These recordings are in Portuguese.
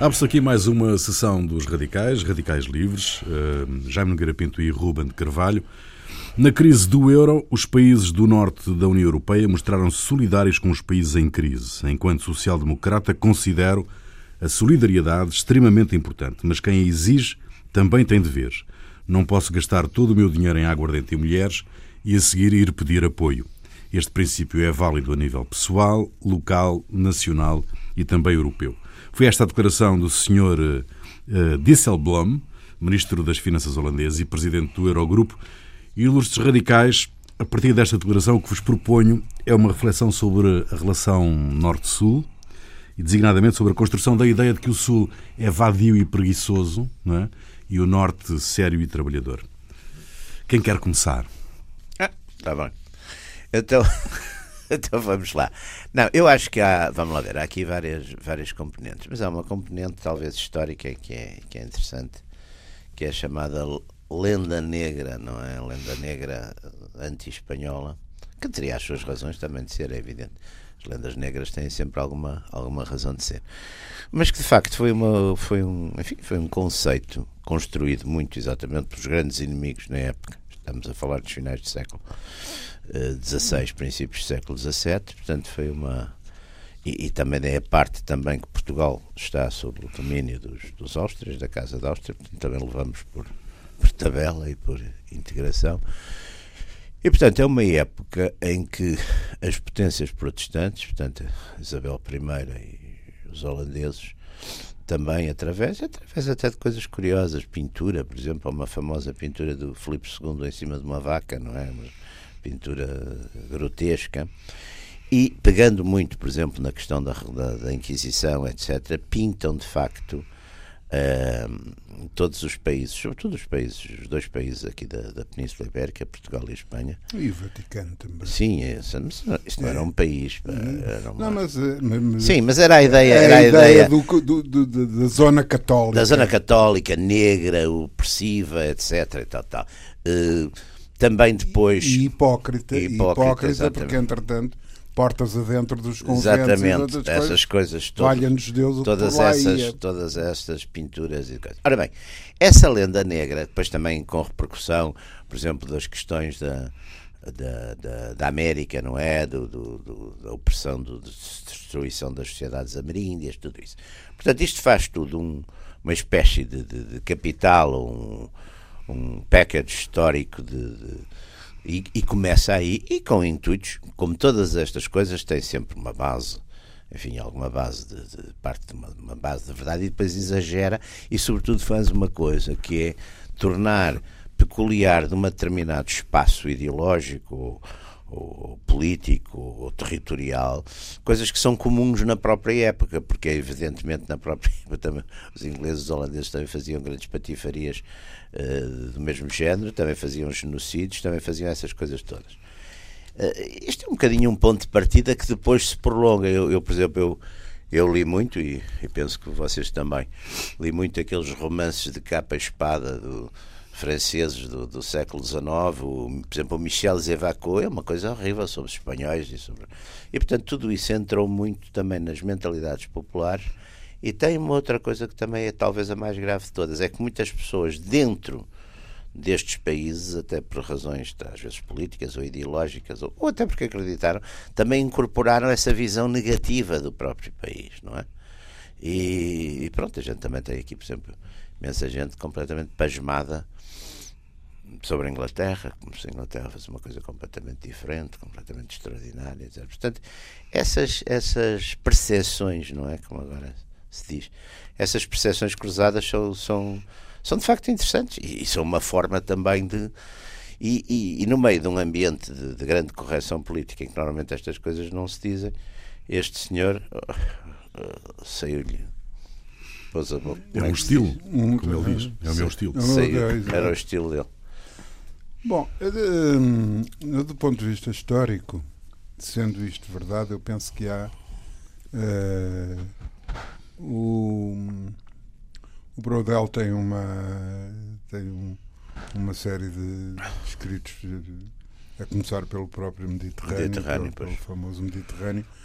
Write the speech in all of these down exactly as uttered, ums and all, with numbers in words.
Abre-se aqui mais uma sessão dos Radicais, Radicais Livres, uh, Jaime Nogueira Pinto e Ruben de Carvalho. Na crise do euro, os países do norte da União Europeia mostraram-se solidários com os países em crise. Enquanto social-democrata, considero a solidariedade extremamente importante, mas quem a exige também tem deveres. Não posso gastar todo o meu dinheiro em aguardente e mulheres e a seguir ir pedir apoio. Este princípio é válido a nível pessoal, local, nacional e também europeu. Foi esta a declaração do senhor uh, Dijsselbloem, ministro das Finanças holandês e presidente do Eurogrupo. E, ilustres radicais, a partir desta declaração, o que vos proponho é uma reflexão sobre a relação Norte-Sul e, designadamente, sobre a construção da ideia de que o Sul é vadio e preguiçoso, não é? E o Norte sério e trabalhador. Quem quer começar? Ah, está bem. Então... Então vamos lá. Não, eu acho que há, vamos lá ver, há aqui várias, várias componentes, mas há uma componente talvez histórica que é, que é interessante, que é a chamada lenda negra, não é? A lenda negra anti-espanhola, que teria as suas razões também de ser, é evidente. As lendas negras têm sempre alguma, alguma razão de ser. Mas que de facto foi, uma, foi, um, enfim, foi um conceito construído muito exatamente pelos grandes inimigos na época. Estamos a falar dos finais do século dezasseis, princípios do século dezassete, portanto foi uma... E, e também é a parte também que Portugal está sob o domínio dos, dos Áustrias, da Casa da Áustria, portanto também levamos por, por tabela e por integração. E portanto é uma época em que as potências protestantes, portanto Isabel I e os holandeses, também através, através até de coisas curiosas, pintura, por exemplo, há uma famosa pintura do Filipe segundo em cima de uma vaca, não é? Uma pintura grotesca, e pegando muito, por exemplo, na questão da, da, da Inquisição, etcétera, pintam de facto uh, todos os países, sobretudo os países, os dois países aqui da, da Península Ibérica, Portugal e Espanha. E o Vaticano também. Sim, isso, isso não era um país. Era uma... Não, mas, mas, Sim, mas era a ideia, era a a ideia, ideia do, do, do, da zona católica. Da zona católica, negra, opressiva, etcétera. E tal, tal. Uh, também depois... E hipócrita, e hipócrita, hipócrita porque entretanto portas adentro dos conventos. Exatamente, essas coisas, coisas valha-nos Deus, todas, lá essas, ia. todas essas pinturas e coisas. Ora bem, essa lenda negra, depois também com repercussão, por exemplo, das questões da, da, da, da América, não é? Do, do, do, da opressão, do, da destruição das sociedades ameríndias, tudo isso. Portanto, isto faz tudo um, uma espécie de, de, de capital, um, um package histórico de... de E, e começa aí, e com intuitos, como todas estas coisas, tem sempre uma base, enfim, alguma base de, de parte de uma, uma base de verdade, e depois exagera e sobretudo faz uma coisa que é tornar peculiar de um determinado espaço ideológico ou, ou político ou territorial, coisas que são comuns na própria época, porque evidentemente na própria época também, os ingleses e os holandeses também faziam grandes patifarias uh, do mesmo género, também faziam genocídios, também faziam essas coisas todas. Uh, isto é um bocadinho um ponto de partida que depois se prolonga. Eu, eu por exemplo, eu, eu li muito, e, e penso que vocês também, li muito aqueles romances de capa e espada do franceses do, do século dezenove, o, por exemplo o Michel Zevaco é uma coisa horrível sobre os espanhóis e, sobre... e portanto tudo isso entrou muito também nas mentalidades populares. E tem uma outra coisa que também é talvez a mais grave de todas, é que muitas pessoas dentro destes países, até por razões às vezes políticas ou ideológicas, ou, ou até porque acreditaram, também incorporaram essa visão negativa do próprio país, não é? E, e pronto, a gente também tem aqui, por exemplo, imensa gente completamente pasmada sobre a Inglaterra, como se a Inglaterra fosse uma coisa completamente diferente, completamente extraordinária, etcétera. Portanto, essas, essas percepções, não é? Como agora se diz, essas percepções cruzadas são, são, são de facto interessantes e, e são uma forma também de... E, e, e no meio de um ambiente de, de grande correção política em que normalmente estas coisas não se dizem, este senhor uh, uh, saiu-lhe... É um estilo, como ele diz, é o meu estilo. Saiu, era o estilo dele. Bom, eu, do ponto de vista histórico, sendo isto verdade, eu penso que há uh, o, o Brodel tem uma tem um, uma série de escritos, a começar pelo próprio Mediterrâneo, Mediterrâneo pelo, pelo famoso Mediterrâneo,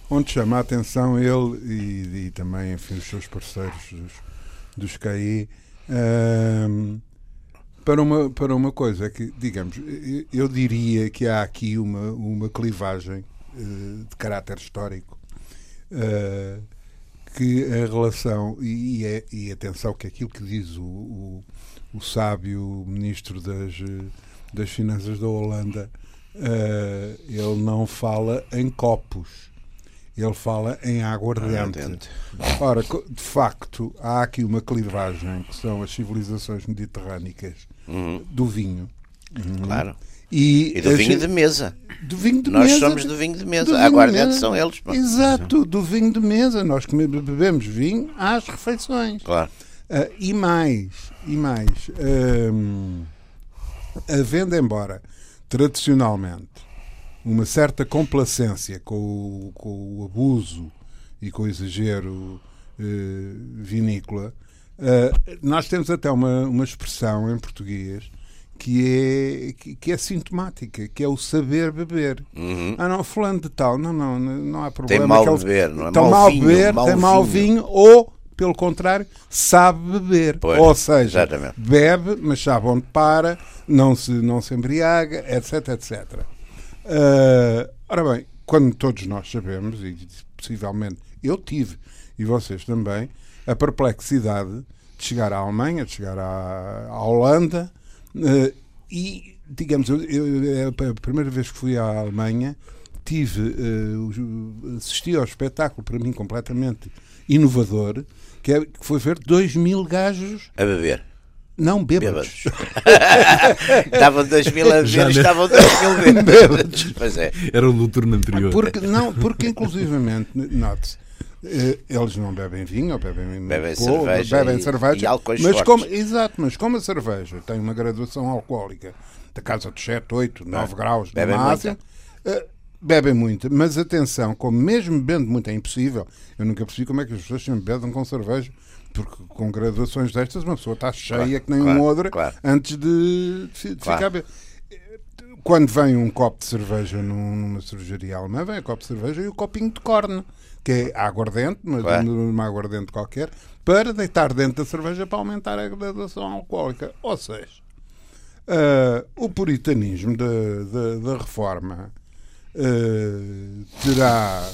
onde chama a atenção ele e, e também, enfim, os seus parceiros dos, dos K I um, para, uma, para uma coisa que, digamos, eu, eu diria que há aqui uma, uma clivagem uh, de caráter histórico, uh, que a relação, e, e, é, e atenção que aquilo que diz o, o, o sábio ministro das, das Finanças da Holanda, uh, ele não fala em copos, ele fala em aguardente. Ora, de facto, há aqui uma clivagem que são as civilizações mediterrânicas uhum. do vinho. Claro. E, e do as, vinho de mesa. Do vinho de Nós mesa, somos do vinho de mesa. vinho Aguardente mesa. são eles. Pô. Exato, do vinho de mesa. Nós bebemos vinho às refeições. Claro. Uh, e mais, e mais, um, havendo embora tradicionalmente uma certa complacência com o, com o abuso e com o exagero uh, vinícola, uh, nós temos até uma, uma expressão em português que é, que, que é sintomática, que é o saber beber. Uhum. Ah não, fulano de tal, não, não, não há problema. Tem mal aquele, beber, não é? Tem mal, mal vinho, beber, mal tem mal vinho. vinho, ou, pelo contrário, sabe beber. Pois, ou seja, exatamente. bebe, mas sabe onde para, não se, não se embriaga, etc, etcétera. Uh, ora bem, quando todos nós sabemos, e possivelmente eu tive, e vocês também, a perplexidade de chegar à Alemanha, de chegar à, à Holanda, uh, e, digamos, eu, eu, a primeira vez que fui à Alemanha, tive, uh, assisti ao espetáculo, para mim, completamente inovador, que, é, que foi ver dois mil gajos a beber. Não, bêbados. Estavam dois mil a beber e estavam dois mil bêbados. Pois é. Era do turno anterior. Porque, não, porque inclusivamente, note-se, eles não bebem vinho, ou bebem, bebem pô, cerveja, bebem e, cerveja e álcoois mas fortes. como, exato, mas como a cerveja tem uma graduação alcoólica da casa dos sete, oito, nove ah, graus no máximo, uh, bebem muito. Mas atenção, como mesmo bebendo muito é impossível, eu nunca percebi como é que as pessoas sempre bebem com cerveja, porque com graduações destas uma pessoa está cheia claro, que nem claro, um odre claro. antes de, de claro. ficar bem. Quando vem um copo de cerveja numa cervejaria alemã, vem um copo de cerveja e o um copinho de corne, que é aguardente, mas claro. uma aguardente qualquer, para deitar dentro da cerveja para aumentar a graduação alcoólica. Ou seja, uh, o puritanismo da, da, da reforma uh, terá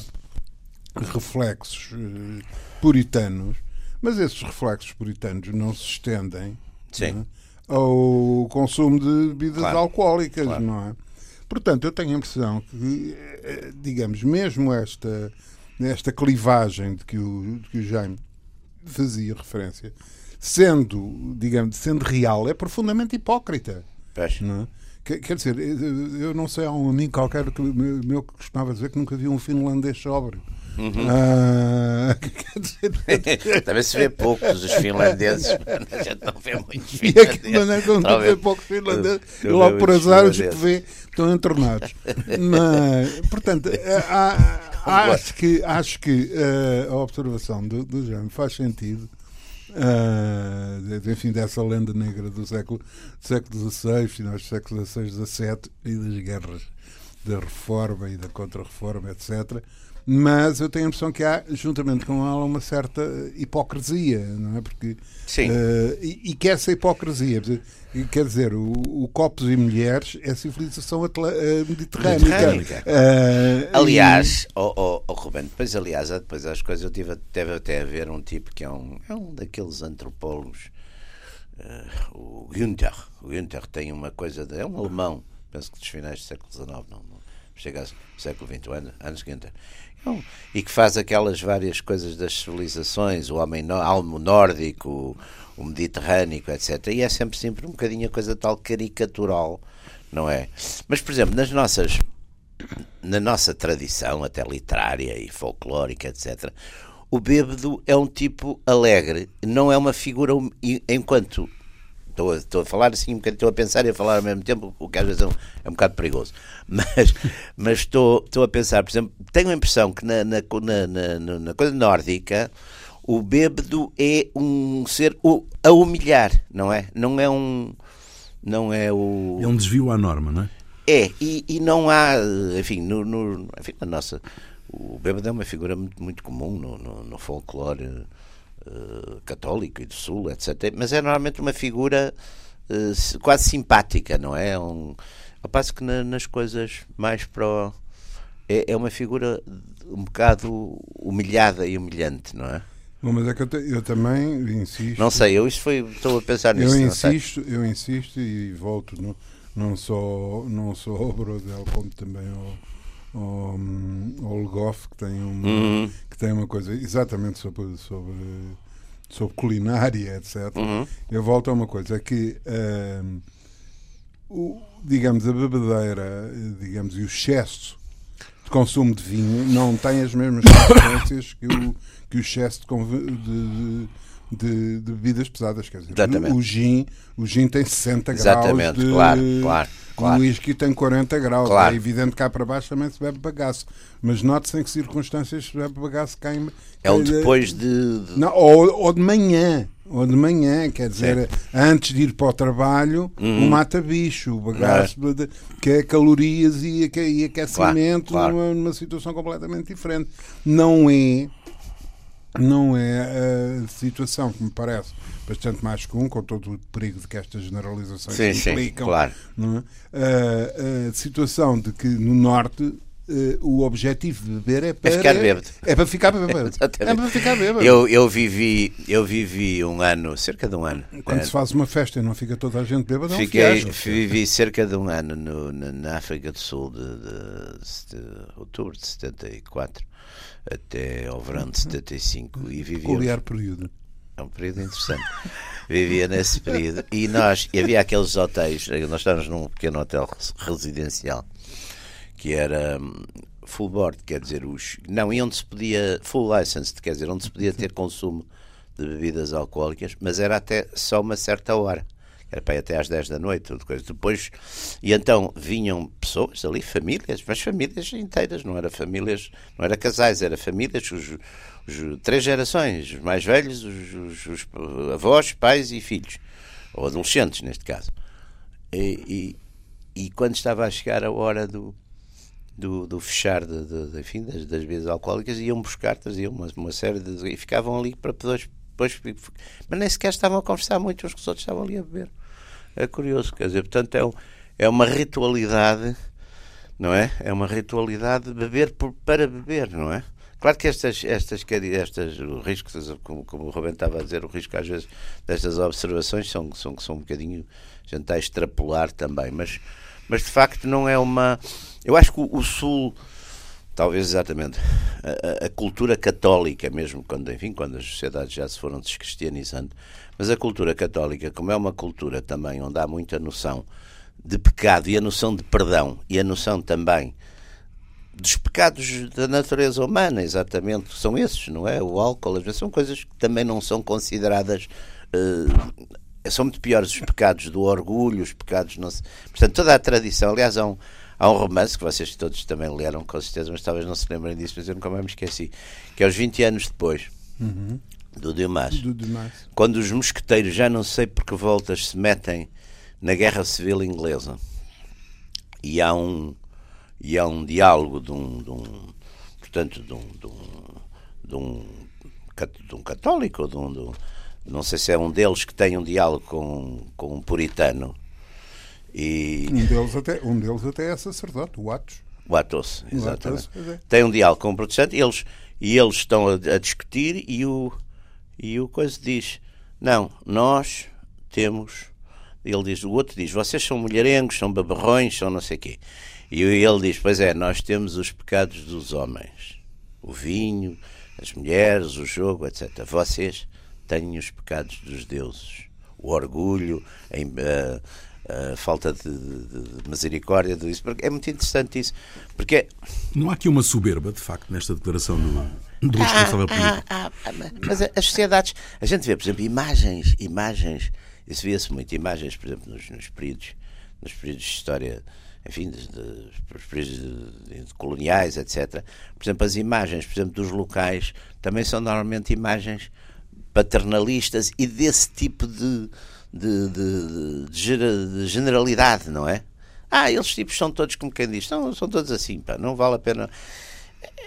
reflexos uh, puritanos, mas esses reflexos puritanos não se estendem não é, ao consumo de bebidas claro. alcoólicas, claro. não é? Portanto, eu tenho a impressão que, digamos, mesmo esta, esta clivagem de que o, de que o Jaime fazia referência, sendo, digamos, sendo real, é profundamente hipócrita. Não é? Quer dizer, eu não sei, há um amigo qualquer que, meu que costumava dizer que nunca viu um finlandês sóbrio. Uhum. Ah, também se vê poucos os finlandeses, a gente não vê muitos finlandeses. E aqui maneira que não vê poucos finlandeses, e logo por azar os que vê estão entornados. Mas, portanto, há, acho que, acho que uh, a observação do, do Jaime faz sentido. Uh, enfim, dessa lenda negra do século, do século dezasseis, finais do século dezasseis, dezassete e das guerras da reforma e da contra-reforma, etcétera. Mas eu tenho a impressão que há, juntamente com ela, uma certa hipocrisia, não é? Porque, Sim. Uh, e, e que essa hipocrisia, quer dizer, o, o Copos e Mulheres é a civilização atla, uh, mediterrânica. mediterrânica. Uh, aliás, e... oh, oh, oh, Ruben, depois, aliás, depois as coisas, eu tive, teve até a ver um tipo que é um, é um daqueles antropólogos, uh, o Günther. O Günther tem uma coisa, de, é um alemão, penso que dos finais do século dezanove, não, não chega ao século vinte, anos Günther. E que faz aquelas várias coisas das civilizações, o homem no, almo nórdico, o, o mediterrâneo, etcétera. E é sempre, sempre um bocadinho a coisa tal caricatural, não é? Mas, por exemplo, nas nossas, na nossa tradição, até literária e folclórica, etcétera, o bêbado é um tipo alegre, não é uma figura, enquanto... Estou a, estou a falar assim um bocadinho, estou a pensar e a falar ao mesmo tempo, o que às vezes é um, é um bocado perigoso. Mas, mas estou, estou a pensar, por exemplo, tenho a impressão que na, na, na, na, na coisa nórdica o bêbado é um ser o, a humilhar, não é? Não é um... Não é o... É um desvio à norma, não é? É, e, e não há, enfim, no, no, enfim, na nossa... o bêbado é uma figura muito, muito comum no, no, no folclore uh, católico e do Sul, etcétera. Mas é normalmente uma figura uh, quase simpática, não é? Um, ao passo que na, nas coisas mais pro... É, é uma figura um bocado humilhada e humilhante, não é? Bom, mas é que eu, te, eu também insisto... Não sei, eu isso foi, estou a pensar nisso. Eu insisto, eu insisto e volto, não, não, só, não só ao Brodel, como também ao, ao, ao Le Goff, que tem uma, uhum. que tem uma coisa exatamente sobre, sobre, sobre culinária, etcétera. Uhum. Eu volto a uma coisa, é que uh, o, digamos, a bebedeira, digamos, e o excesso de consumo de vinho não tem as mesmas consequências que o, que o excesso de, de, de, de bebidas pesadas. Quer dizer, o, o, gin, o gin tem sessenta Exatamente, graus de, claro, claro, claro. O whisky tem quarenta graus. Claro. É evidente que cá para baixo também se bebe bagaço. Mas note-se em que circunstâncias se bebe bagaço cá em... É um depois de... de... Não, ou, ou de manhã. Ou de manhã, quer dizer, sim. Antes de ir para o trabalho, uhum. O mata-bicho, o bagaço, é. de, que é calorias e, e aquecimento, claro, claro. Numa, numa situação completamente diferente. Não é, não é a situação que me parece bastante mais comum, com todo o perigo de que estas generalizações sim, implicam. Sim, claro. Não é? a, a situação de que no Norte... Uh, o objetivo de beber é para é ficar bêbado. É, é para ficar bêbado. É para ficar bêbado. Eu, eu, vivi, eu vivi um ano, cerca de um ano. Quando é, se faz uma festa e não fica toda a gente bêbada, fiquei, vivi cerca de um ano no, na, na África do Sul, de, de, de, de outubro de setenta e quatro até ao verão de setenta e cinco. E vivia. Peculiar período. É um período interessante. Vivia nesse período. E nós, e havia aqueles hotéis, nós estávamos num pequeno hotel residencial, que era full board, quer dizer, os, não, e onde se podia, full licensed, quer dizer, onde se podia ter consumo de bebidas alcoólicas, mas era até só uma certa hora, era para ir até às dez da noite, outra coisa. Depois, e então vinham pessoas ali, famílias, mas famílias inteiras, não era famílias, não era casais, era famílias, os, os, três gerações, os mais velhos, os, os, os avós, pais e filhos, ou adolescentes neste caso. E, e, e quando estava a chegar a hora do Do, do fechar de, de, de, enfim, das, das bebidas alcoólicas, iam buscar, traziam uma, uma série de... e ficavam ali para depois, depois... Mas nem sequer estavam a conversar muito, uns com os outros estavam ali a beber. É curioso, quer dizer, portanto é, um, é uma ritualidade, não é? É uma ritualidade de beber por, para beber, não é? Claro que estas, estas, estas o risco, como, como o Rubén estava a dizer, o risco às vezes destas observações são, são, são um bocadinho... a gente está a extrapolar também, mas, mas de facto não é uma... Eu acho que o, o Sul, talvez exatamente, a, a cultura católica mesmo, quando, enfim, quando as sociedades já se foram descristianizando, mas a cultura católica, como é uma cultura também onde há muita noção de pecado e a noção de perdão e a noção também dos pecados da natureza humana, exatamente, são esses, não é? O álcool, às vezes são coisas que também não são consideradas... Uh, são muito piores os pecados do orgulho, os pecados... Não se... Portanto, toda a tradição, aliás, há um... Há um romance que vocês todos também leram, com certeza, mas talvez não se lembrem disso, mas eu nunca mais me esqueci, que é os vinte anos depois, uhum. do Dumas. Do Dumas. Quando os mosqueteiros, já não sei por que voltas, se metem na Guerra Civil Inglesa. E há um, e há um diálogo de um, de um portanto, de um, de um, de um, de um católico, de um, de um, não sei se é um deles que tem um diálogo com, com um puritano. E... Um, deles até, um deles até é sacerdote, o Atos. O Atos, exatamente. O Atos, é. Tem um diálogo com um protestante e eles, e eles estão a, a discutir e o, e o coisa diz, não, nós temos... Ele diz, o outro diz, vocês são mulherengos, são babarrões, são não sei o quê. E ele diz, pois é, nós temos os pecados dos homens. O vinho, as mulheres, o jogo, etcétera. Vocês têm os pecados dos deuses. O orgulho, a... a Uh, falta de, de, de misericórdia, de isso, porque é muito interessante isso, porque não há aqui uma soberba, de facto, nesta declaração do, do responsável político. Ah, ah, ah, mas as sociedades, a gente vê, por exemplo, imagens, imagens, isso via-se muito, imagens, por exemplo, nos, nos períodos, nos períodos de história, enfim, de, de, dos períodos de, de coloniais, etcétera. Por exemplo, as imagens, por exemplo, dos locais, também são normalmente imagens paternalistas e desse tipo de De, de, de, de generalidade, não é? Ah, eles tipos são todos como quem diz, são, são todos assim, pá, não vale a pena.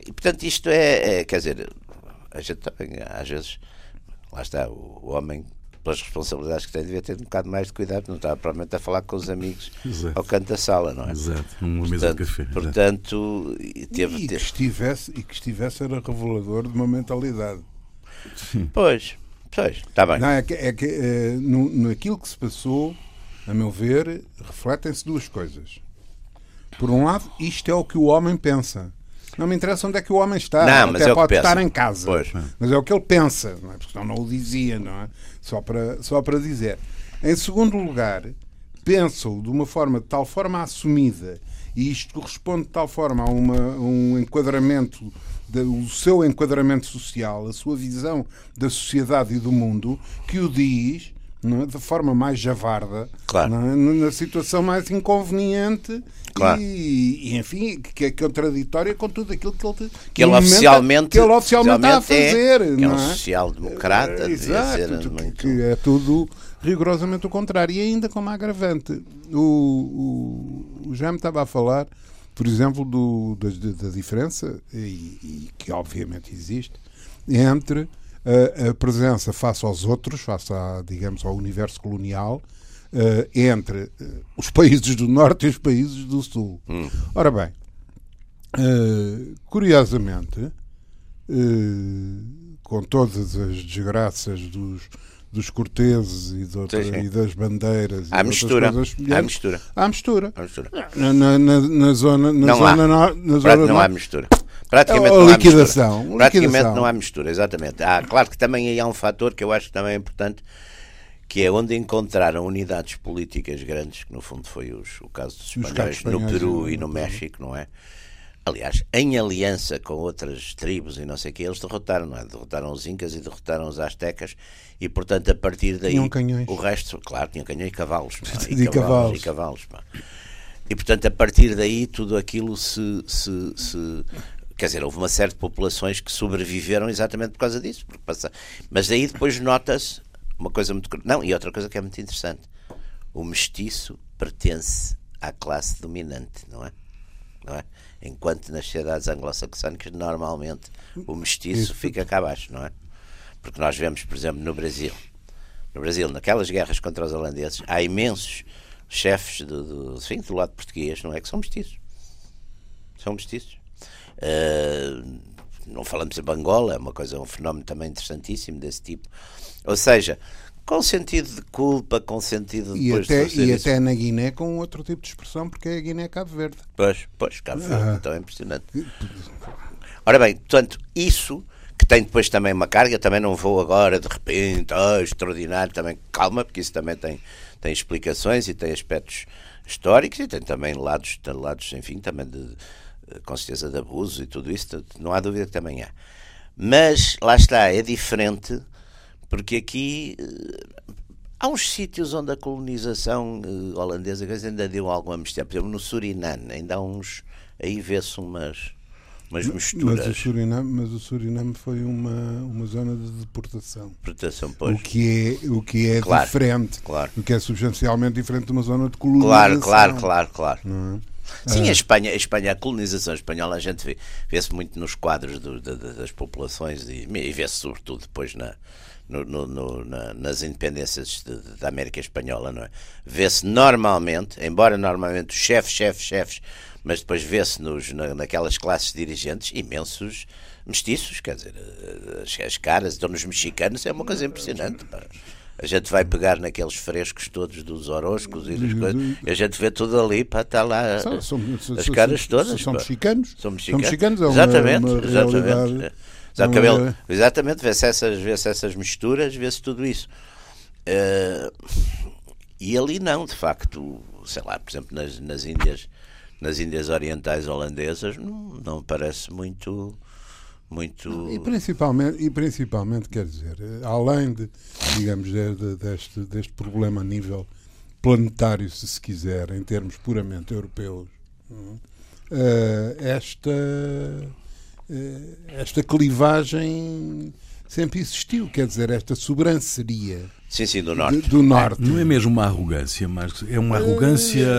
E, portanto, isto é, é, quer dizer, a gente também, às vezes, lá está, o, o homem, pelas responsabilidades que tem, devia ter um bocado mais de cuidado, não estava provavelmente a falar com os amigos Exato. ao canto da sala, não é? Exato, numa mesa de café. Portanto, teve, e, que estivesse, e que estivesse era revelador de uma mentalidade. Sim. Pois, pois, está bem. Não, é que, é que é, no, naquilo que se passou, a meu ver, refletem-se duas coisas. Por um lado, isto é o que o homem pensa. Não me interessa onde é que o homem está. Não, mas até é pode estar pensa. em casa. Pois. Mas é o que ele pensa, não é? Porque senão não o dizia, não é? Só para, só para dizer. Em segundo lugar, pensam de uma forma, de tal forma assumida, e isto corresponde de tal forma a, uma, a um enquadramento, de, o seu enquadramento social, a sua visão da sociedade e do mundo, que o diz, não é? De forma mais javarda, Claro. não é? Na situação mais inconveniente. Claro. E, e, enfim, que é contraditória com tudo aquilo que ele, Que ele no momento, oficialmente, que ele oficialmente está a fazer. é, que é um não é? social-democrata, devia Exato, ser que, muito... que é tudo rigorosamente o contrário. E ainda como agravante, o, o, o Jaime estava a falar, por exemplo, do, da, da diferença, e, e que obviamente existe, entre a, a presença face aos outros, face a, digamos, ao universo colonial, Uh, entre uh, os países do Norte e os países do Sul. Hum. Ora bem, uh, curiosamente, uh, com todas as desgraças dos, dos corteses e, de outra, Sim, sim. e das bandeiras... Há e mistura. coisas Há mistura. Há mistura. Há mistura. Na, na, na, na zona... Na Não zona há. no- na Prato- zona não no- há mistura. Praticamente A não há liquidação, mistura. a Praticamente liquidação. não há mistura, exatamente. Há, claro que também aí há um fator que eu acho que também é importante, que é onde encontraram unidades políticas grandes, que no fundo foi os, o caso dos Os espanhóis, espanhóis no Peru e e no no México, não é? Aliás, em aliança com outras tribos e não sei o que, eles derrotaram, não é? Derrotaram os incas e derrotaram os astecas e, portanto, a partir daí... Tinham canhões. O resto, claro, tinham canhões e cavalos. pá, E cavalos. E cavalos, pá. E, portanto, a partir daí tudo aquilo se... se, se Quer dizer, houve uma série de populações que sobreviveram exatamente por causa disso. Porque passa... Mas daí depois nota-se uma coisa muito... Não, e outra coisa que é muito interessante. O mestiço pertence à classe dominante, não é? Não é? Enquanto nas sociedades anglo-saxónicas, normalmente, o mestiço fica cá abaixo, não é? Porque nós vemos, por exemplo, no Brasil. No Brasil, naquelas guerras contra os holandeses, há imensos chefes do, do, enfim, do lado português, não é? Que são mestiços. São mestiços. Uh, não falamos em Angola, é uma coisa, um fenómeno também interessantíssimo desse tipo. Ou seja, com sentido de culpa, com sentido de E depois até, de fazer e isso. até na Guiné com outro tipo de expressão, porque é a Guiné Cabo Verde. Pois, pois, Cabo Verde, Ah. então é impressionante. Ora bem, portanto, isso que tem depois também uma carga, também não vou agora de repente, oh, extraordinário, também calma, porque isso também tem, tem explicações e tem aspectos históricos e tem também lados, lados enfim, também de, com certeza de abuso e tudo isso, não há dúvida que também há. Mas, lá está, é diferente, porque aqui eh, há uns sítios onde a colonização eh, holandesa ainda deu alguma mistério. Por exemplo, no Suriname, ainda há uns, aí vê-se umas, umas misturas. Mas o Suriname, mas o Suriname foi uma, uma zona de deportação. Proteção, pois. O que é, o que é Claro, diferente. claro. O que é substancialmente diferente de uma zona de colonização. Claro, claro, claro, claro. Não é? Sim, Ah. a Espanha, a Espanha, a colonização espanhola, a gente vê, vê-se muito nos quadros do, de, de, das populações e, e vê-se sobretudo depois na, no, no, no, na, nas independências de, de, da América Espanhola, não é? Vê-se normalmente, embora normalmente os chefes, chefes, chefes, mas depois vê-se nos, na, naquelas classes dirigentes imensos mestiços, quer dizer, as, as caras, então nos mexicanos é uma coisa impressionante, pá. A gente vai pegar naqueles frescos todos dos Orozcos e das coisas, e a gente vê tudo ali, para estar lá São, são, as são, caras são, todas. São pá. mexicanos. São mexicanos. São mexicanos, é uma, exatamente, uma exatamente. realidade. Exato, uma- cabelo, exatamente, vê-se essas, vê-se essas misturas, vê-se tudo isso. Uh, e ali não, de facto, sei lá, por exemplo, nas, nas Índias, nas Índias Orientais holandesas, não, não parece muito. Muito... E principalmente, e principalmente, quer dizer, além de, digamos, de, de, deste, deste problema a nível planetário, se se quiser, em termos puramente europeus, não é? uh, esta, uh, esta clivagem sempre existiu, quer dizer, esta sobranceria Sim, sim, do norte. de, do norte. Não é mesmo uma arrogância, mas é uma arrogância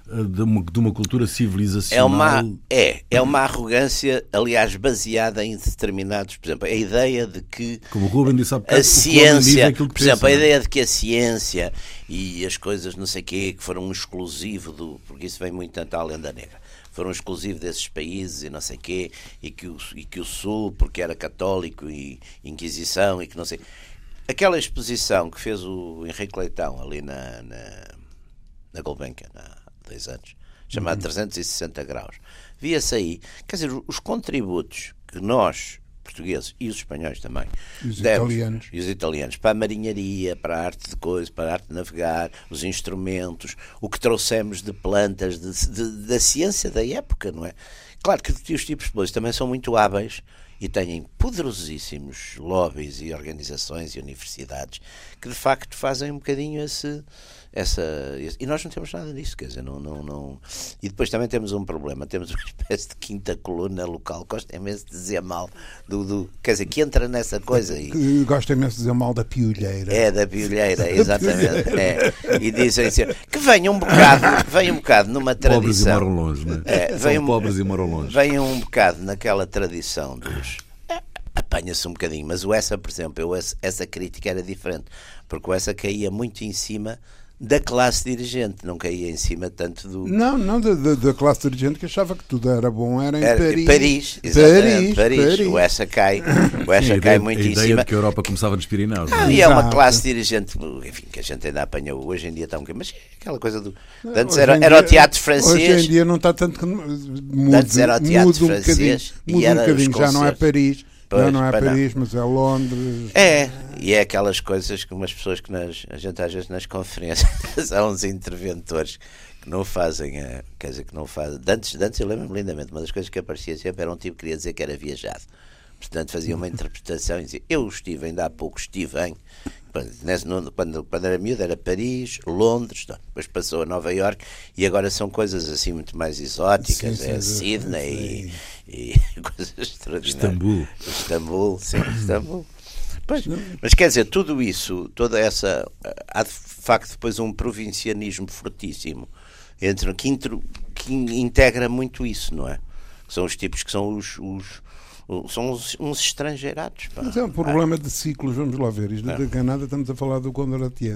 de uma, de uma cultura civilizacional. É uma, é, é uma arrogância, aliás, baseada em determinados, por exemplo, a ideia de que como o Ruben disse há bocado, a ciência, é aquilo que por exemplo, pensa, a não é? ideia de que a ciência e as coisas não sei o quê, que foram um exclusivo do, porque isso vem muito tanto à lenda negra, foram exclusivos desses países e não sei o quê, e que, o, e que o Sul, porque era católico e Inquisição e que não sei. Aquela exposição que fez o Henrique Leitão ali na, na, na Gulbenkian há dois anos, chamada uhum. trezentos e sessenta graus, via-se aí, quer dizer, os contributos que nós, portugueses e os espanhóis também, e os demos, italianos, e os italianos, para a marinharia, para a arte de coisa, para a arte de navegar, os instrumentos, o que trouxemos de plantas, de, de, da ciência da época, não é? Claro que os tipos de também são muito hábeis e têm poderosíssimos lobbies e organizações e universidades que de facto fazem um bocadinho esse, essa, esse, e nós não temos nada disso, quer dizer, não, não, não. E depois também temos um problema, temos uma espécie de quinta coluna local, gosto imenso de dizer mal do, do, quer dizer, que entra nessa coisa e gosto imenso de dizer mal da piolheira. É, da piolheira, exatamente. É. E dizem assim, que venha um bocado, vem um bocado numa tradição. Pobres e moram longe, não é? É, vem São um, pobres e moram longe. Vem um bocado naquela tradição dos. Apanha-se um bocadinho, mas o Essa, por exemplo, eu, essa crítica era diferente, porque o Essa caía muito em cima da classe dirigente, não caía em cima tanto do... Não, não, da, da, da classe dirigente que achava que tudo era bom, era em era, Paris. Paris, exatamente, Paris, Paris. Paris. O Essa cai, o Essa Sim, cai ideia, muito a em ideia cima. de que a Europa começava nos Pirineus. Ah, não é? e é uma Exato. classe dirigente, enfim, que a gente ainda apanhou, hoje em dia está um bocadinho, mas é aquela coisa do... Antes Hoje era, em era dia- o teatro francês. Hoje em dia não está tanto que muda, Antes era o teatro muda um francês bocadinho, e muda um era os bocadinho. Já não é concertos. Paris, Pois, já não é pois não. Paris, mas é Londres. É, e é aquelas coisas que umas pessoas que nas, a gente às vezes nas conferências há uns interventores que não fazem, a, quer dizer, que não fazem. De antes, de antes eu lembro-me lindamente, uma das coisas que aparecia sempre era um tipo que queria dizer que era viajado. Portanto, fazia uma interpretação e dizia, eu estive, ainda há pouco estive em. Quando, quando, quando era miúdo era Paris, Londres, não. Depois passou a Nova Iorque e agora são coisas assim muito mais exóticas, Sim, é sim, Sydney e, e coisas extraordinárias. Istambul. Istambul, sim, Istambul. Pois, mas quer dizer, tudo isso, toda essa. Há de facto depois um provincianismo fortíssimo entre, que, intro, que integra muito isso, não é? São os tipos que são os. os são uns, uns estrangeirados. Pá. Mas é um problema de ciclos, vamos lá ver. Isto de Canadá estamos a falar do Kondratiev.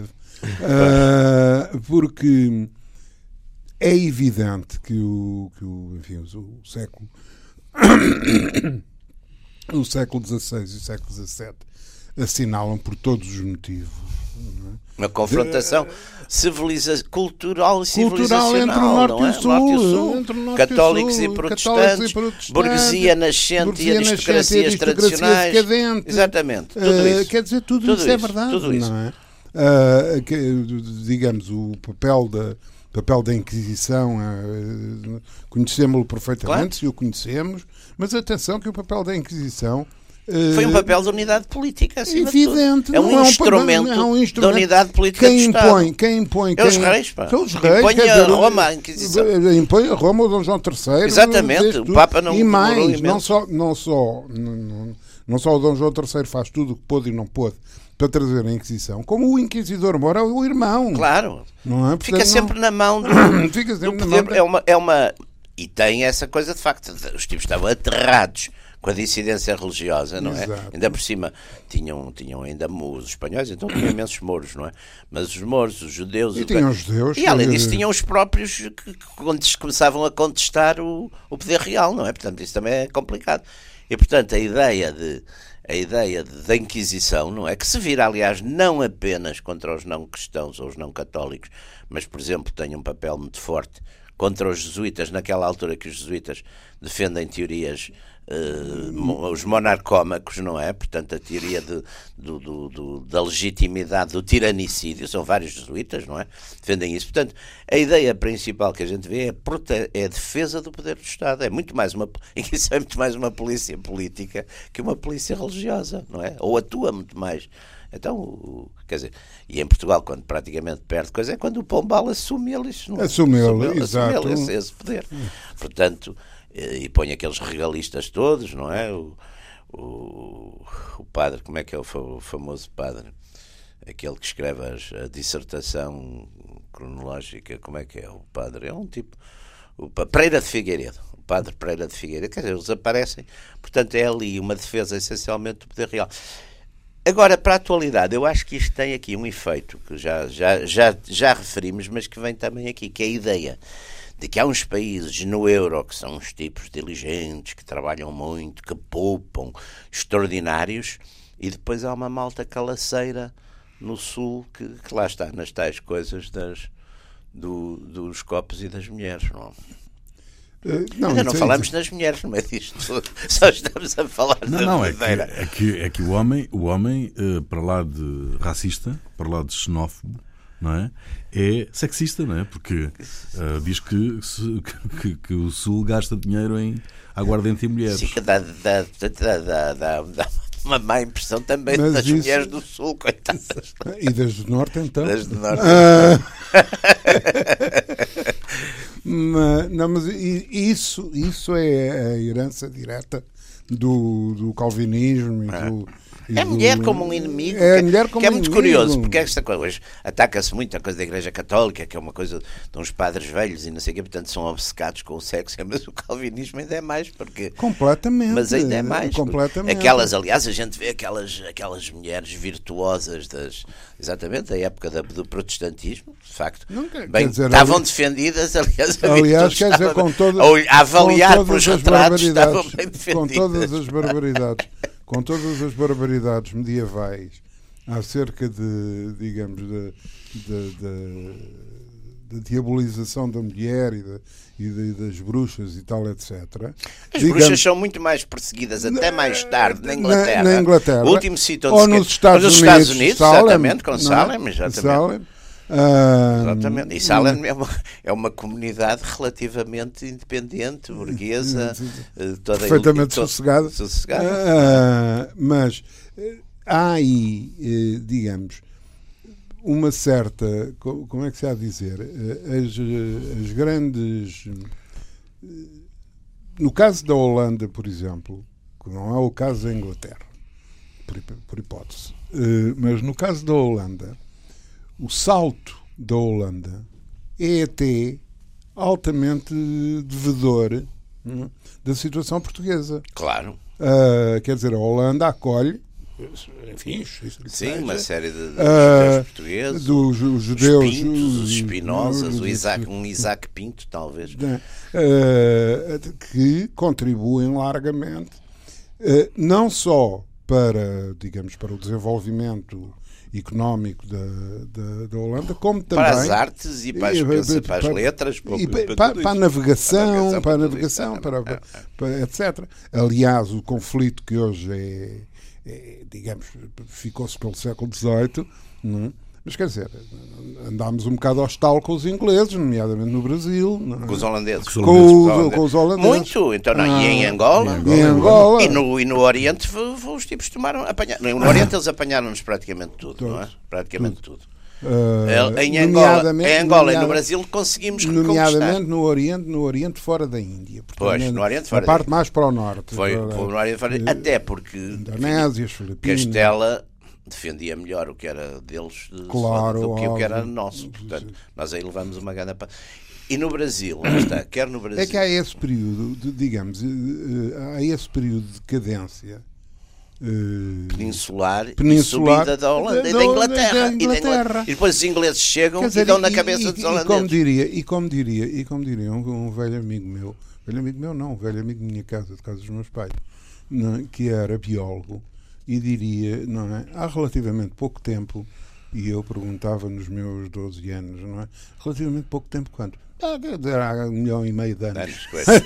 Uh, porque é evidente que o, que o, enfim, o, o século o século dezasseis e o século dezassete assinalam por todos os motivos. Não é? Uma confrontação civiliza cultural e Cultural civilizacional, entre o norte, não é? e, o sul, norte e o sul, entre o norte católicos, e, o sul, e protestantes, católicos e protestantes, burguesia nascente burguesia e aristocracias nascente, tradicionais. decadente. Exatamente, tudo Uh, isso. quer dizer, tudo, Tudo isso, é isso, verdade, tudo isso. não é? Uh, que, digamos, o papel da, papel da Inquisição, uh, conhecemos-lo perfeitamente, Claro. se o conhecemos, mas atenção que o papel da Inquisição Foi um papel de unidade política, acima evidente, de tudo. É um, não é um instrumento, é um da instrumento. unidade política Quem do Estado. impõe, quem impõe, É os quem- reis, pá. São os reis. Impõe quer a dizer, Roma a Inquisição. Impõe a Roma o Dom João terceiro. Exatamente, fez o tudo. Papa não E demorou mais, imenso. não só, não, só, não, não, não só o Dom João terceiro faz tudo o que pôde e não pôde para trazer a Inquisição, como o Inquisidor Moro é o irmão. Claro. Não é? Fica Portanto, sempre não- na mão do, Fica do sempre na poder. mão. É uma, é uma... E tem essa coisa de facto. Os tipos estavam aterrados com a dissidência religiosa, não é? Exato. Ainda por cima tinham, tinham ainda os espanhóis, então tinham imensos mouros, não é? Mas os mouros, os judeus... E o- tinham os judeus. E além que- disso tinham os próprios que, que quando começavam a contestar o, o poder real, não é? Portanto, isso também é complicado. E portanto a ideia de a ideia de, da Inquisição, não é? Que se vira, aliás, não apenas contra os não cristãos ou os não católicos, mas, por exemplo, tem um papel muito forte contra os jesuítas, naquela altura que os jesuítas defendem teorias, eh, mo- os monarcómacos, não é? Portanto, a teoria de, do, do, do, da legitimidade do tiranicídio, são vários jesuítas, não é? Defendem isso. Portanto, a ideia principal que a gente vê é, prote- é a defesa do poder do Estado. É muito mais uma, isso é muito mais uma polícia política que uma polícia religiosa, não é? Ou atua muito mais. Então, o- quer dizer, e em Portugal, quando praticamente perde coisa, é quando o Pombal assume ele isso, não é? Assume ele, Assume exato. ele esse, esse poder. Portanto, eh, e põe aqueles regalistas todos, não é? O, o, o padre, como é que é o fa- o famoso padre? aquele que escreve as, a dissertação cronológica, como é que é? O padre é um tipo, o Pereira de Figueiredo, o padre Pereira de Figueiredo, quer dizer, eles aparecem, portanto é ali uma defesa essencialmente do poder real. Agora, para a atualidade, eu acho que isto tem aqui um efeito que já, já, já, já referimos, mas que vem também aqui, que é a ideia de que há uns países no euro que são uns tipos diligentes, que trabalham muito, que poupam, extraordinários, e depois há uma malta calaceira no sul que, que lá está, nas tais coisas das, do, dos copos e das mulheres, não Uh, não, Ainda não isso, falamos isso. das mulheres no meio disto tudo. Só estamos a falar Não, da não, é que, verdadeira. é que, é que o homem, o homem uh, para lá de racista, para lá de xenófobo, não é? É sexista, não é? Porque uh, diz que, se, que, que o Sul gasta dinheiro em aguardente e mulheres. Sim, que dá, dá, dá, dá, dá, dá uma má impressão também Mas das isso- mulheres do Sul, coitadas. E das do Norte, então? Das do Norte. Ah, mas, não, mas i- isso, isso é a herança direta do, do calvinismo e do... e É a do- mulher como um inimigo, É a que, mulher como que é um muito inimigo. curioso, porque esta coisa, hoje ataca-se muito a coisa da Igreja Católica, que é uma coisa de uns padres velhos e não sei o quê, portanto são obcecados com o sexo, mas o calvinismo ainda é mais, porque... Completamente. Mas ainda é mais. Completamente. Aquelas, aliás, a gente vê aquelas, aquelas mulheres virtuosas das, exatamente, da época da, do protestantismo, de facto. Não, quer- bem, quer dizer, estavam ali- defendidas, aliás, a Aliás, virtude quer dizer, estava- com todo, ou a avaliar com pelos todas as retratos, estavam barbaridades, bem com defendidas. todas as barbaridades, com todas as barbaridades medievais acerca de, digamos, da, da, da, da diabolização da mulher e, da, e de- das bruxas e tal, etcétera. As Digamos, bruxas são muito mais perseguidas até mais tarde na Inglaterra. Na, na Inglaterra. O último sítio ou onde se nos quer- Estados nos Unidos, Estados Unidos, Salem, exatamente, com não é? Salem, exatamente. Salem. Ah, Exatamente. E Salem é uma, é uma comunidade relativamente independente, burguesa, eh, toda perfeitamente to- sossegada. sossegada. Ah, mas eh, há aí, eh, digamos, uma certa, co- como é que se há a dizer, Eh, as, eh, as grandes... eh, No caso da Holanda, por exemplo, que não é o caso da Inglaterra, por, hip- por hipótese, eh, mas no caso da Holanda, o salto da Holanda é até altamente devedor, não é, da situação portuguesa. Claro. Ah, quer dizer, a Holanda acolhe, enfim, Sim, uma série de, de Ah, judeus portugueses, dos os os judeus, Pintos, os os- Espinosas, os- o Isaac, um Isaac Pinto, talvez. né, ah, que contribuem largamente, ah, não só para, digamos, para o desenvolvimento económico da, da, da Holanda, como também Para as artes e para as, E, pensa- eh, para as para- letras, para, e para pa- pa- tudo para a isso. navegação, para a tudo navegação, isso, para, é, é. para- etcétera. Aliás, o conflito que hoje é, é, digamos, ficou-se pelo século dezoito, não é? Mas quer dizer, andámos um bocado hostal com os ingleses, nomeadamente no Brasil, não é? Com os holandeses. Com os Com os- holandeses. com os holandeses. Muito, então não, e em Ah, Angola. e em Angola. E no, e no Oriente f- f- os tipos tomaram, apanharam, no Oriente eles apanharam-nos praticamente tudo, não é? Praticamente tudo. Ah, Em Angola, nomeadamente- em Angola e no nomeada- Brasil conseguimos Nomeadamente reconquistar. no Oriente, no Oriente fora da Índia. Portanto, Pois, na- no Oriente fora a da parte Índia. mais para o norte. Foi, para- foi no Oriente fora, eh, até porque Indonésia, as Filipinas. Castela defendia melhor o que era deles de- Claro, do que o que era óbvio. nosso. Portanto, nós aí levamos uma grande. pa- E no Brasil, lá está, quer no Brasil. É que há esse período, de, digamos, eh, eh, há esse período de decadência eh, Peninsular, Peninsular e subida da Holanda e da- da Inglaterra. da E, da Inglaterra. Inglaterra. e depois os ingleses chegam quer e dizer, dão na e- cabeça e, dos e, como holandeses. diria, e como diria, e como diria um, um velho amigo meu, velho amigo meu não, um velho amigo de minha casa, de casa dos meus pais, não é, que era biólogo, e diria, não é, há relativamente pouco tempo, e eu perguntava nos meus doze anos, não é, relativamente pouco tempo quanto? Ah, quer dizer, há um milhão e meio de anos. Anos, coisa.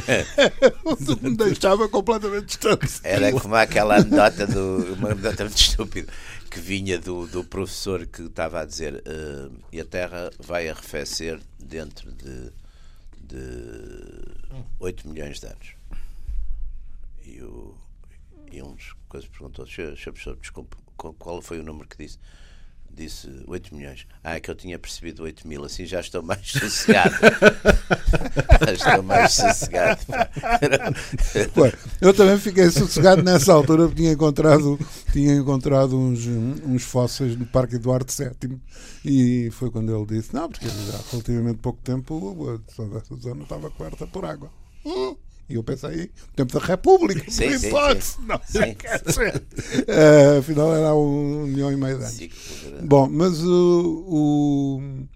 Me deixava completamente distante. Era como aquela anedota, do, uma anedota muito estúpida, que vinha do, do professor que estava a dizer uh, e a Terra vai arrefecer dentro de, de oito milhões de anos. E, o, e um dos coisas perguntou, senhor professor, desculpe, qual foi o número que disse? Disse oito milhões. Ah, é que eu tinha percebido oito mil, assim já estou mais sossegado. Já estou mais sossegado. Ué, eu também fiquei sossegado nessa altura, porque tinha encontrado, tinha encontrado uns, uns fósseis no Parque Eduardo sétimo, e foi quando ele disse: não, porque já há relativamente pouco tempo toda essa zona estava coberta por água. Hum. E eu pensei, tempo da República, sim, por sim, hipótese, sim. não Sim. quer dizer. Uh, afinal era um milhão e meio de anos. Bom, mas o, o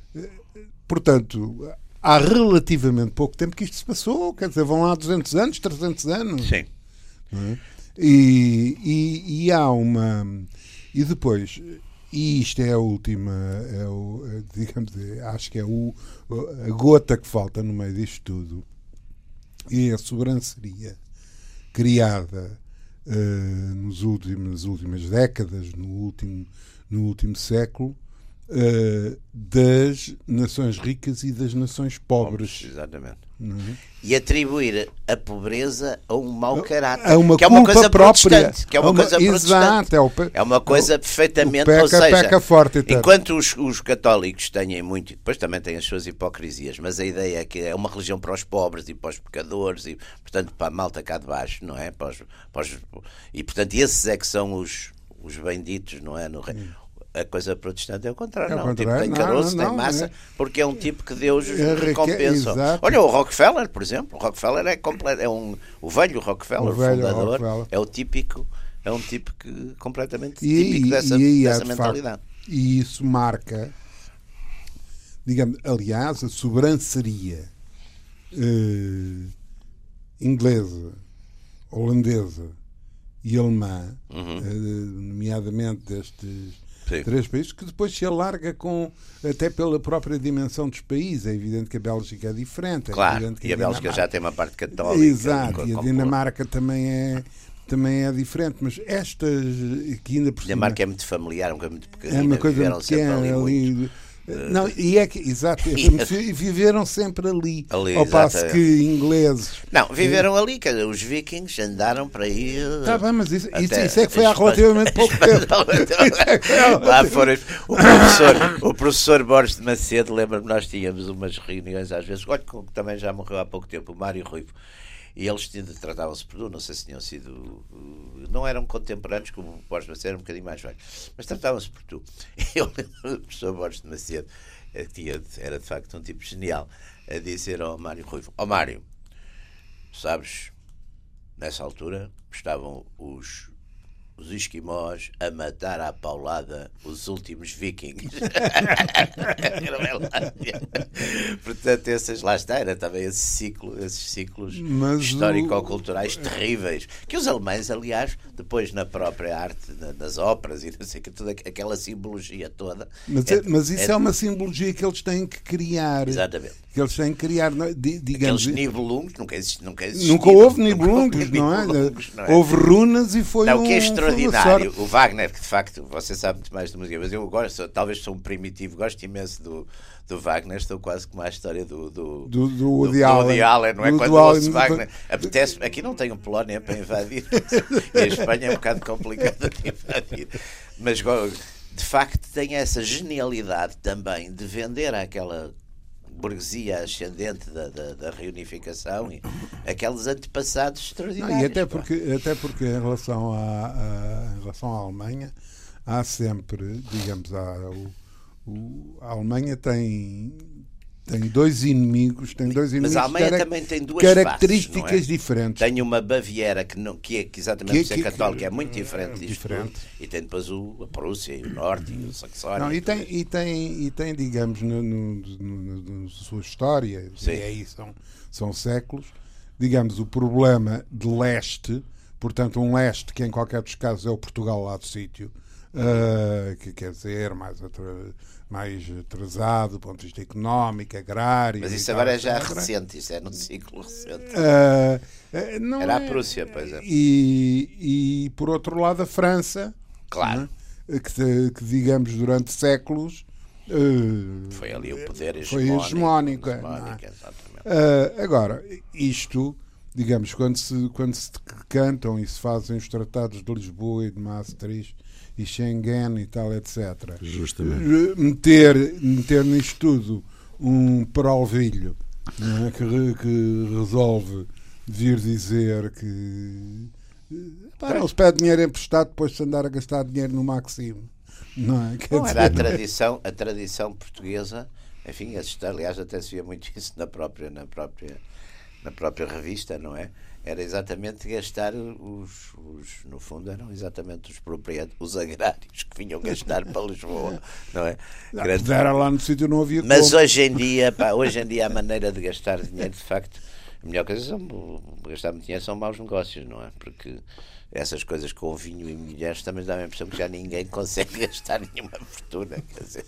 portanto, há relativamente pouco tempo que isto se passou, quer dizer, vão lá duzentos anos, trezentos anos. Sim. É? E, e, e há uma. E depois, e isto é a última, é o, digamos, acho que é o, a gota que falta no meio disto tudo. E a sobranceria criada uh, nos últimos, nas últimas décadas, no último, no último século, uh, das nações ricas e das nações pobres. Pobres, exatamente. Uhum. E atribuir a pobreza a um mau caráter, a uma que é uma coisa própria, protestante, que é uma, uma coisa exato, protestante. É, o pe, é uma coisa o, perfeitamente, o peca, ou seja, peca forte, então. Enquanto os, os católicos têm muito, e depois também têm as suas hipocrisias, mas a ideia é que é uma religião para os pobres e para os pecadores e, portanto, para a malta cá de baixo, não é? Para os, para os, e, portanto, esses é que são os, os benditos, não é? No rei. A coisa protestante é o contrário, é não. O tipo tem caroço, não, tem massa, é. porque é um tipo que Deus é recompensa. Exato. Olha, o Rockefeller, por exemplo, o Rockefeller é completo, é um, o velho Rockefeller, o, velho fundador, Rockefeller. é o típico, é um tipo que completamente e, típico dessa, e, dessa de mentalidade. Facto, e isso marca, digamos, aliás, a sobranceria eh, inglesa, holandesa e alemã, uhum. eh, nomeadamente destes Sim. três países, que depois se alarga com, até pela própria dimensão dos países. É evidente que a Bélgica é diferente. É claro, evidente que e a, a Bélgica Dinamarca... já tem uma parte católica. Exato, e a Dinamarca também é, também é diferente, mas estas que ainda por cima... A Dinamarca é muito familiar, é muito pequenina, é uma coisa viveram pequena, sempre ali, ali muito... Não, e é que, exato, viveram sempre ali, ali ao passo exato. que ingleses... Não, viveram ali, que os vikings andaram para aí... Está bem, mas isso, até, isso, isso é que foi há relativamente pouco tempo. Lá foram... O professor, o professor Borges de Macedo, lembra-me, nós tínhamos umas reuniões às vezes, olha, que também já morreu há pouco tempo, o Mário Ruivo, e eles tratavam-se por tu, não sei se tinham sido, não eram contemporâneos, como o Borges de Macedo era um bocadinho mais velho, mas tratavam-se por tu. Eu lembro do professor Borges de Macedo, era de facto um tipo genial, a dizer ao Mário Ruivo: ó Mário, sabes, nessa altura estavam os os esquimós a matar à paulada os últimos vikings. Portanto, essas, lá está, era também esse ciclo, esses ciclos histórico-culturais o... terríveis, que os alemães, aliás, depois na própria arte, na, nas óperas e não sei o que, toda aquela simbologia toda. Mas, é, mas isso é, é uma simbologia que eles têm que criar. Exatamente. Que eles têm que criar, digamos... Aqueles nibelungos, nunca existe, nunca existe. Nunca houve nibelungos, não é? não é? Houve runas e foi não, um... o que é extraordinário, o Wagner, que de facto, você sabe muito mais de música, mas eu gosto, talvez sou um primitivo, gosto imenso do, do Wagner, estou quase como a história do do, do, do Woody, do, Allen. Do Woody Allen, não é? Do, Quando do ouço Allen, Wagner, do... apetece, aqui não tenho Polónia para invadir, e a Espanha é um bocado complicada de invadir, mas de facto tem essa genialidade também de vender aquela burguesia ascendente da, da, da reunificação e aqueles antepassados extraordinários. Não, e até porque, até porque em, relação à, a, em relação à Alemanha há sempre, digamos, há, o, o, a Alemanha tem, tem dois inimigos, tem dois inimigos mas a Alemanha cara, também tem duas características faces, não é? diferentes. Tem uma Baviera que, não, que é que exatamente que, por ser que, católica é muito diferente é, disto diferente. Tudo, e tem depois o, a Prússia e o Norte e o Saxónia. Não, e, tem, e, tem, e tem, digamos, na no, no, no, sua história, sim. E aí são, são séculos, digamos, o problema de leste, portanto um leste que em qualquer dos casos é o Portugal lá do sítio, uh, que quer dizer mais atra, mais atrasado do ponto de vista económico, agrário. Mas isso tal, agora é já etcétera recente, isso é no ciclo recente. Uh, não Era é, a Prússia, pois é. E, e por outro lado a França, claro, né, que, que digamos durante séculos uh, foi ali o poder foi hegemónico. hegemónico, hegemónico é? uh, agora, isto digamos, quando se, quando se cantam e se fazem os tratados de Lisboa e de Maastricht e Schengen e tal, etcétera. Justamente. Meter, meter nisto tudo um paralvilho, não é? que, que resolve vir dizer que pá, não se pede dinheiro emprestado depois de andar a gastar dinheiro no Maximo. Não é? Quer Não, dizer, era a tradição, a tradição portuguesa, enfim, aliás, até se via muito isso na própria, na própria, na própria revista, não é? Era exatamente gastar os, os no fundo, eram exatamente os proprietários, os agrários que vinham gastar para Lisboa, não é? Grande... Era lá no sítio não havia Mas como. hoje em dia, pá, hoje em dia a maneira de gastar dinheiro, de facto, a melhor coisa são, gastar muito dinheiro são maus negócios, não é? Porque essas coisas com vinho e mulheres também dá a impressão que já ninguém consegue gastar nenhuma fortuna, quer dizer...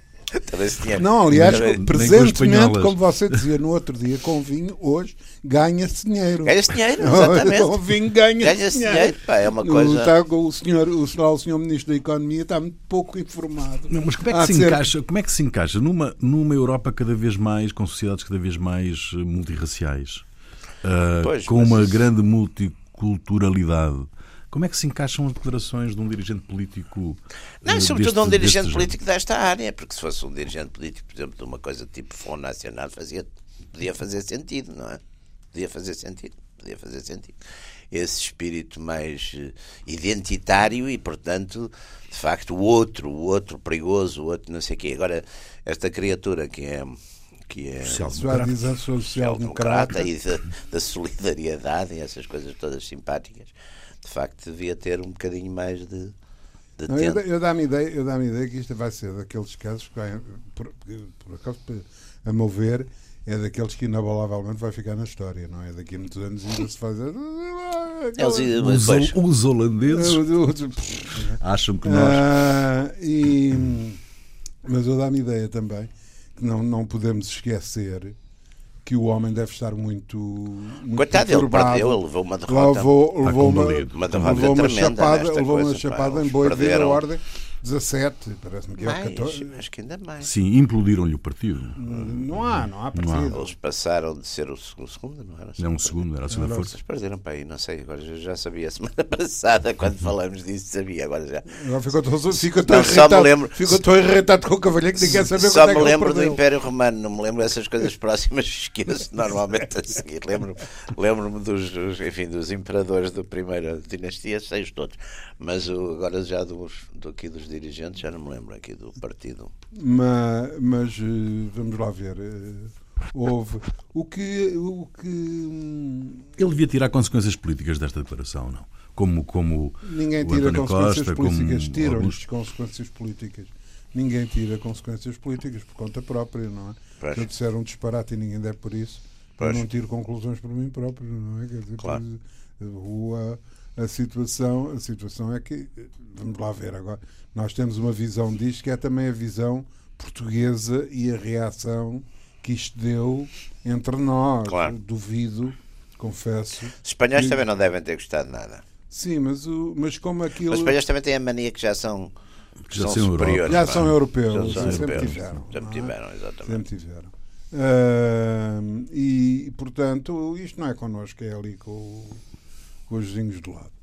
Não, aliás, nem, presentemente, nem como você dizia no outro dia, com vinho, hoje ganha-se dinheiro. Ganha-se dinheiro, exatamente. Com vinho ganha-se ganha dinheiro. dinheiro. Pá, é uma coisa... o, tá, o, senhor, o, o senhor Ministro da Economia está muito pouco informado. Não, mas como é que, se ser... encaixa, como é que se encaixa numa, numa Europa cada vez mais, com sociedades cada vez mais multirraciais, uh, pois, com uma isso... grande multiculturalidade? Como é que se encaixam as declarações de um dirigente político? Não, uh, sobretudo deste, um dirigente deste político desta área, porque se fosse um dirigente político, por exemplo, de uma coisa tipo Front Nacional, fazia, podia fazer sentido, não é? Podia fazer sentido, podia fazer sentido. Esse espírito mais uh, identitário e, portanto, de facto, o outro, o outro perigoso, o outro não sei o quê. Agora, esta criatura que é... que é social-democrata social-democrata e da, da solidariedade e essas coisas todas simpáticas, de facto devia ter um bocadinho mais de, de não, tempo. Eu, eu dá-me ideia, eu dá-me ideia que isto vai ser daqueles casos que vai, por, por acaso, a meu ver, é daqueles que inabalavelmente vai ficar na história, não é? Daqui a muitos anos ainda se faz. Eles, os, depois... os holandeses acham que nós. Ah, e, mas eu dá-me ideia também que não, não podemos esquecer que o homem deve estar muito, muito coitado, ele perdeu, ele levou uma derrota. Levou, levou uma, uma derrota levou uma tremenda chapada, nesta levou coisa, uma chapada pá, em boa perderam... de ordem dezassete, parece-me que é mais, catorze. Acho que ainda mais. Sim, implodiram-lhe o partido. Não há, não há partido. Não há. Eles passaram de ser o segundo, não era? É um segundo, era a segunda força. Eles perderam para aí, não sei, agora já, já sabia a semana passada, quando falamos disso, sabia, agora já. Agora ficou tão, ficou tão Não, irritado, só me lembro, ficou tão irritado com o cavalheiro que nem quer saber só quando é que me ele lembro do perdeu. Império Romano, não me lembro dessas coisas próximas, esqueço normalmente a seguir. Lembro, lembro-me dos, dos, enfim, dos imperadores da primeira dinastia, sei os todos, mas o, agora já dos, do, aqui dos dirigentes já não me lembro aqui do partido. Mas, mas vamos lá ver. Houve o que, o que ele devia tirar consequências políticas desta declaração, não? Como, como ninguém o tira António consequências Costa, políticas, tiram alguns... consequências políticas. Ninguém tira consequências políticas por conta própria, não é? Pois. Se eu disser um disparate e ninguém der por isso, Pois. eu não tiro conclusões por mim próprio, não é? Quer dizer, Claro. o, a, a situação, a situação é que, vamos lá ver agora, nós temos uma visão disto que é também a visão portuguesa e a reação que isto deu entre nós. Claro. Duvido, confesso. Os espanhóis que... também não devem ter gostado de nada. Sim, mas, o, mas como aquilo... Os espanhóis também têm a mania que já são, Já são são superiores. Já pá. são europeus, Já são sempre europeus. tiveram. Sempre não é? tiveram, exatamente. Sempre tiveram. Uh, e, portanto, isto não é connosco, é ali com, com os vizinhos de lado.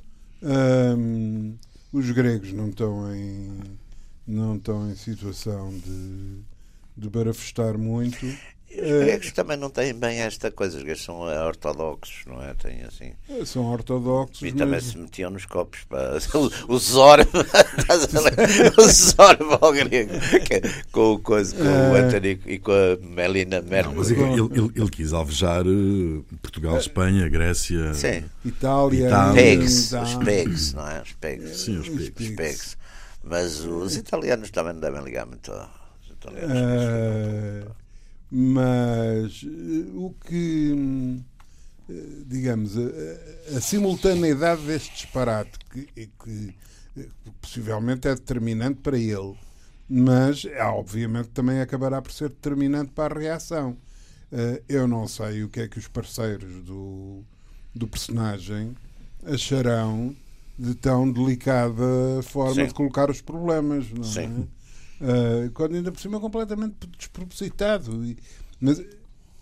Uh, os gregos não estão em, não estão em situação de, de barafustar muito. E os gregos também não têm bem esta coisa, os gregos são ortodoxos, não é? Têm assim. São ortodoxos. E mas... também se metiam nos copos. Pá. O, o Zorba, estás a ler? O Zorba ao grego, que, com o coisa, com É... o Anthony e com a Melina Merkel. Não, mas ele, ele, ele quis alvejar uh, Portugal, Espanha, Grécia, Sim. Itália, Itália. Pegs, Itália. os pegs, não é? Os pegs. Sim, os pegs. Os pegs. Mas os italianos também não devem ligar muito. Os italianos, Uh, mas uh, o que, uh, digamos, a, a simultaneidade deste disparate, que, que uh, possivelmente é determinante para ele, mas é, obviamente também acabará por ser determinante para a reação. Uh, eu não sei o que é que os parceiros do, do personagem acharão de tão delicada forma Sim. de colocar os problemas, não Sim. é? Uh, quando ainda por cima é completamente despropositado. E, mas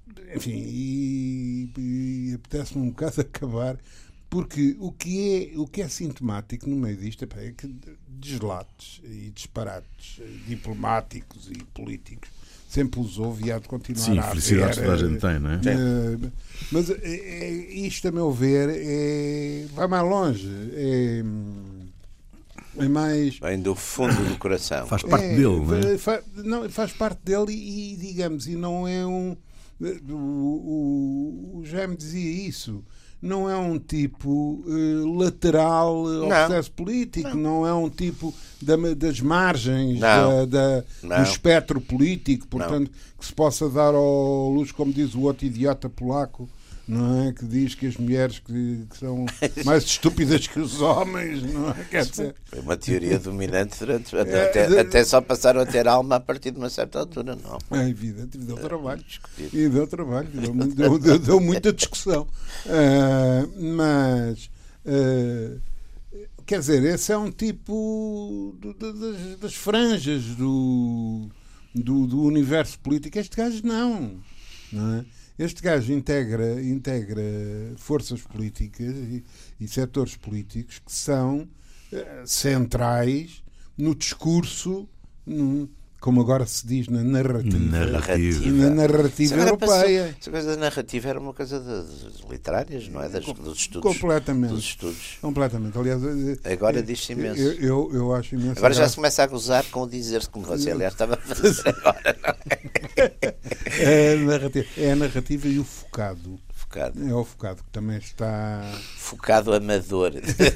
enfim, e, e apetece-me um bocado acabar, porque o que é, o que é sintomático no meio disto é que deslates e disparates diplomáticos e políticos sempre os houve e há de continuar Sim, a haver. felicidade toda a gente tem, não é? Uh, mas é, isto, a meu ver, é, vai mais longe. É, é mais. Vem do fundo do coração. Faz parte é, dele, não é? Faz, não, faz parte dele e, e, digamos, e não é um. O, o, o Jaime dizia isso. Não é um tipo uh, lateral ao processo político, não. não é um tipo da, das margens da, da, do espectro político, portanto, não. que se possa dar ao luz, como diz o outro idiota polaco, não é? Que diz que as mulheres que, que são mais estúpidas que os homens, não é? Quer dizer... Foi uma teoria dominante durante, até, até, até só passaram a ter alma a partir de uma certa altura, não. É evidente, deu trabalho. E deu trabalho, deu, deu, deu, deu muita discussão. Uh, mas, uh, quer dizer, esse é um tipo do, das, das franjas do, do, do universo político. Este gajo não, não é? Este gajo integra, integra forças políticas e, e setores políticos que são uh, centrais no discurso, no, como agora se diz, na narrativa, narrativa. Na narrativa europeia. Passou, essa coisa da narrativa era uma coisa de, de literárias, não é? Das, dos estudos. Completamente. Dos estudos. Completamente. Aliás, agora diz-se imenso. Eu, eu, eu acho imenso. Agora já se começa a gozar com o dizer-se, como você, aliás, estava a fazer agora, não é? É a narrativa, é a narrativa e o focado. Focado. É o focado que também está. Focado amador.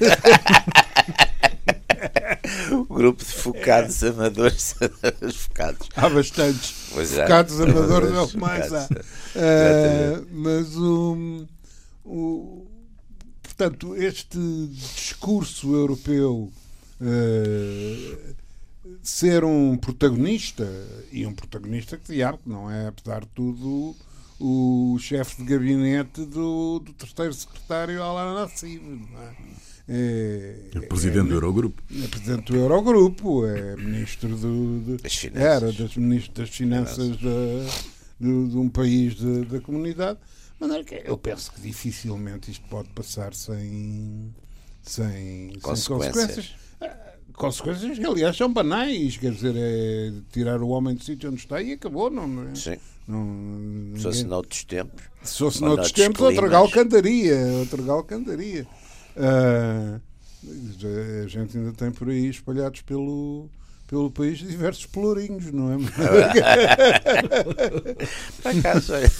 O grupo de focados amadores. Focados. Há bastantes. Pois focados é. amadores é o que mais há. Uh, mas o, o. Portanto, este discurso europeu. Uh, ser um protagonista, e um protagonista que diabo, não é, apesar de tudo, o chefe de gabinete do, do terceiro secretário Alan Nassib, não é? É, é presidente é, do Eurogrupo. É presidente do Eurogrupo, é ministro do, de, das finanças. Era das, ministro das finanças da, de, de um país de, da comunidade. Mas eu penso que dificilmente isto pode passar sem, sem, consequências. sem consequências. Consequências que, aliás, são banais. Quer dizer, é tirar o homem do sítio onde está e acabou. Não, não é? Sim. Não, ninguém... Se fosse noutros tempos. Se fosse noutros tempos, outra galcantaria. Outra galcantaria. Uh, a gente ainda tem por aí espalhados pelo, pelo país diversos pelourinhos, não é? Por acaso, é.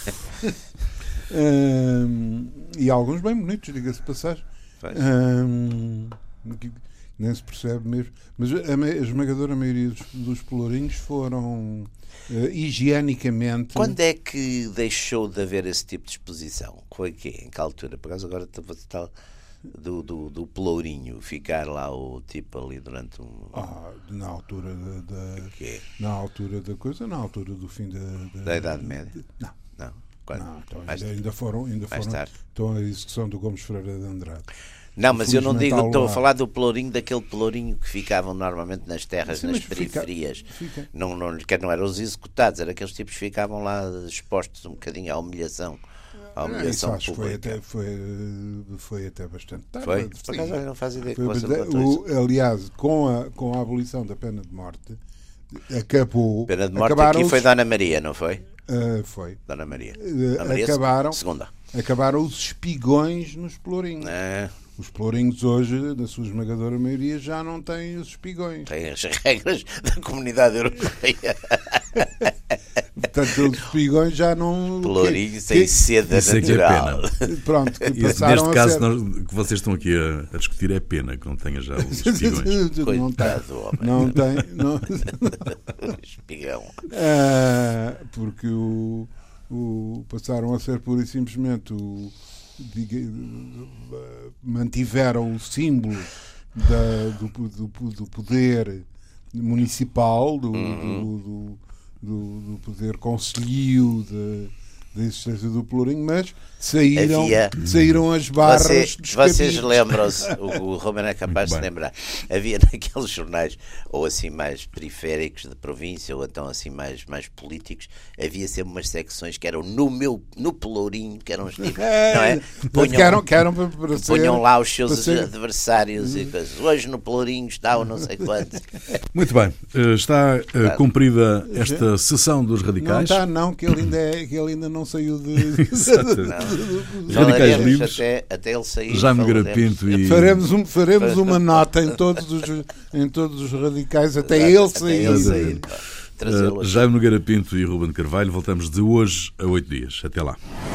uh, e alguns bem bonitos, diga-se de passagem. Uh, nem se percebe mesmo. Mas a, a esmagadora maioria dos, dos pelourinhos foram uh, higienicamente. Quando é que deixou de haver esse tipo de exposição? Foi que em que altura? Por acaso agora está do, do, do pelourinho ficar lá o tipo ali durante um. Ah, na altura da, da quê? Na altura da coisa, na altura do fim da, da, da Idade Média. De, não. Não. Quando? Não, então ainda, ainda foram, ainda foram. Então a execução do Gomes Freire de Andrade. Não, mas eu não digo, estou a falar do pelourinho, daquele pelourinho que ficavam normalmente nas terras, sim, nas periferias. Fica, fica. Não, não, não eram os executados, eram aqueles tipos que ficavam lá expostos um bocadinho à humilhação. À humilhação isso foi até, foi, foi até bastante tarde. Foi? Por acaso não faz ideia que você o, aliás, com a, com a abolição da pena de morte, acabou. Pena de morte aqui foi os... Dona Maria, não foi? Uh, foi. Dona Maria. Uh, Dona Maria acabaram, segunda. Acabaram os espigões nos pelourinhos. É. Os pelourinhos hoje, da sua esmagadora maioria, já não têm os espigões. Têm as regras da Comunidade Europeia. Portanto, os espigões já não... Pelourinhos sem seda natural. Pronto, que Isso, neste caso, ser... nós, que vocês estão aqui a, a discutir é pena que não tenha já os espigões. Não tem. Homem. Não tem. Não... Espigão. Ah, porque o, o, passaram a ser pura e simplesmente o... Diga, mantiveram o símbolo da, do, do, do poder municipal, do, uhum. do, do, do poder concelhio, de, da existência do Pelourinho, mas saíram, Havia- saíram as barras Você- dos vocês cabides. lembram-se, o, o Ruben é capaz de se bem. lembrar, havia naqueles jornais, ou assim mais periféricos de província, ou então assim mais, mais políticos, havia sempre umas secções que eram no meu, no Pelourinho, que eram os tipos, não é? Que Mas que eram, que eram para, para ser- punham lá os seus para ser- adversários e coisas. Hoje no Pelourinho está o não sei quanto. Muito bem. Eh, Está eh, cumprida esta sessão dos Não radicais. está, não, que ele ainda, é, que ele ainda não saiu de. Exato. Não. Os radicais Falaremos livres. até, até ele sair. Jaime Nogueira falaremos. Pinto e Faremos, um, faremos uma nota em todos os, em todos os radicais até Exato, ele até sair. ele sair. Trazê-lo eh, aqui. Jaime Nogueira Pinto e Ruben de Carvalho. Voltamos de hoje a oito dias. Até lá.